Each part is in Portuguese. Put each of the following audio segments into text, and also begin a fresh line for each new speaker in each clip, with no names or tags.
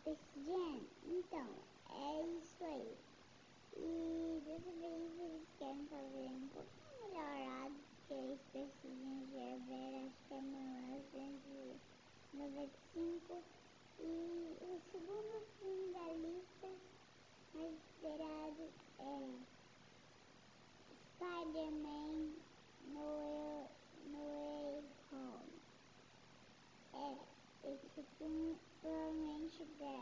Space Então, é isso aí. E dessa vez eles querem fazer um pouquinho melhorado, porque Space já é velho, acho que é 1995. E o segundo filme da lista mais esperado é Spider-Man No Way Home. Esse filme provavelmente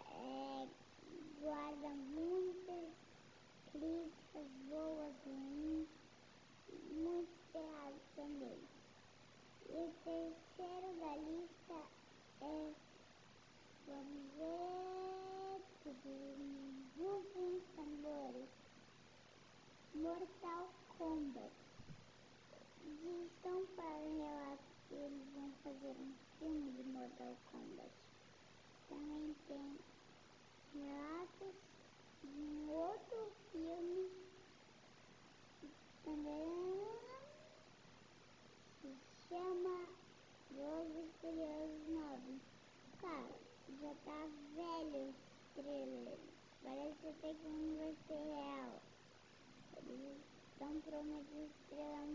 guarda muitas críticas boas, ruins, muito esperado também. E o terceiro da lista é, vamos ver, rufem os tambores, Mortal Kombat. Estão para relatos que eles vão fazer um filme de Mortal Kombat. Também tem relatos de um outro filme que também se chama Velozes e Furiosos 9. Cara, já tá velho esse trailer. Parece até que não vai ser real. Eles estão prometendo estrelar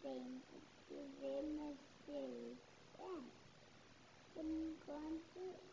Mountain, que vê mais series. Por enquanto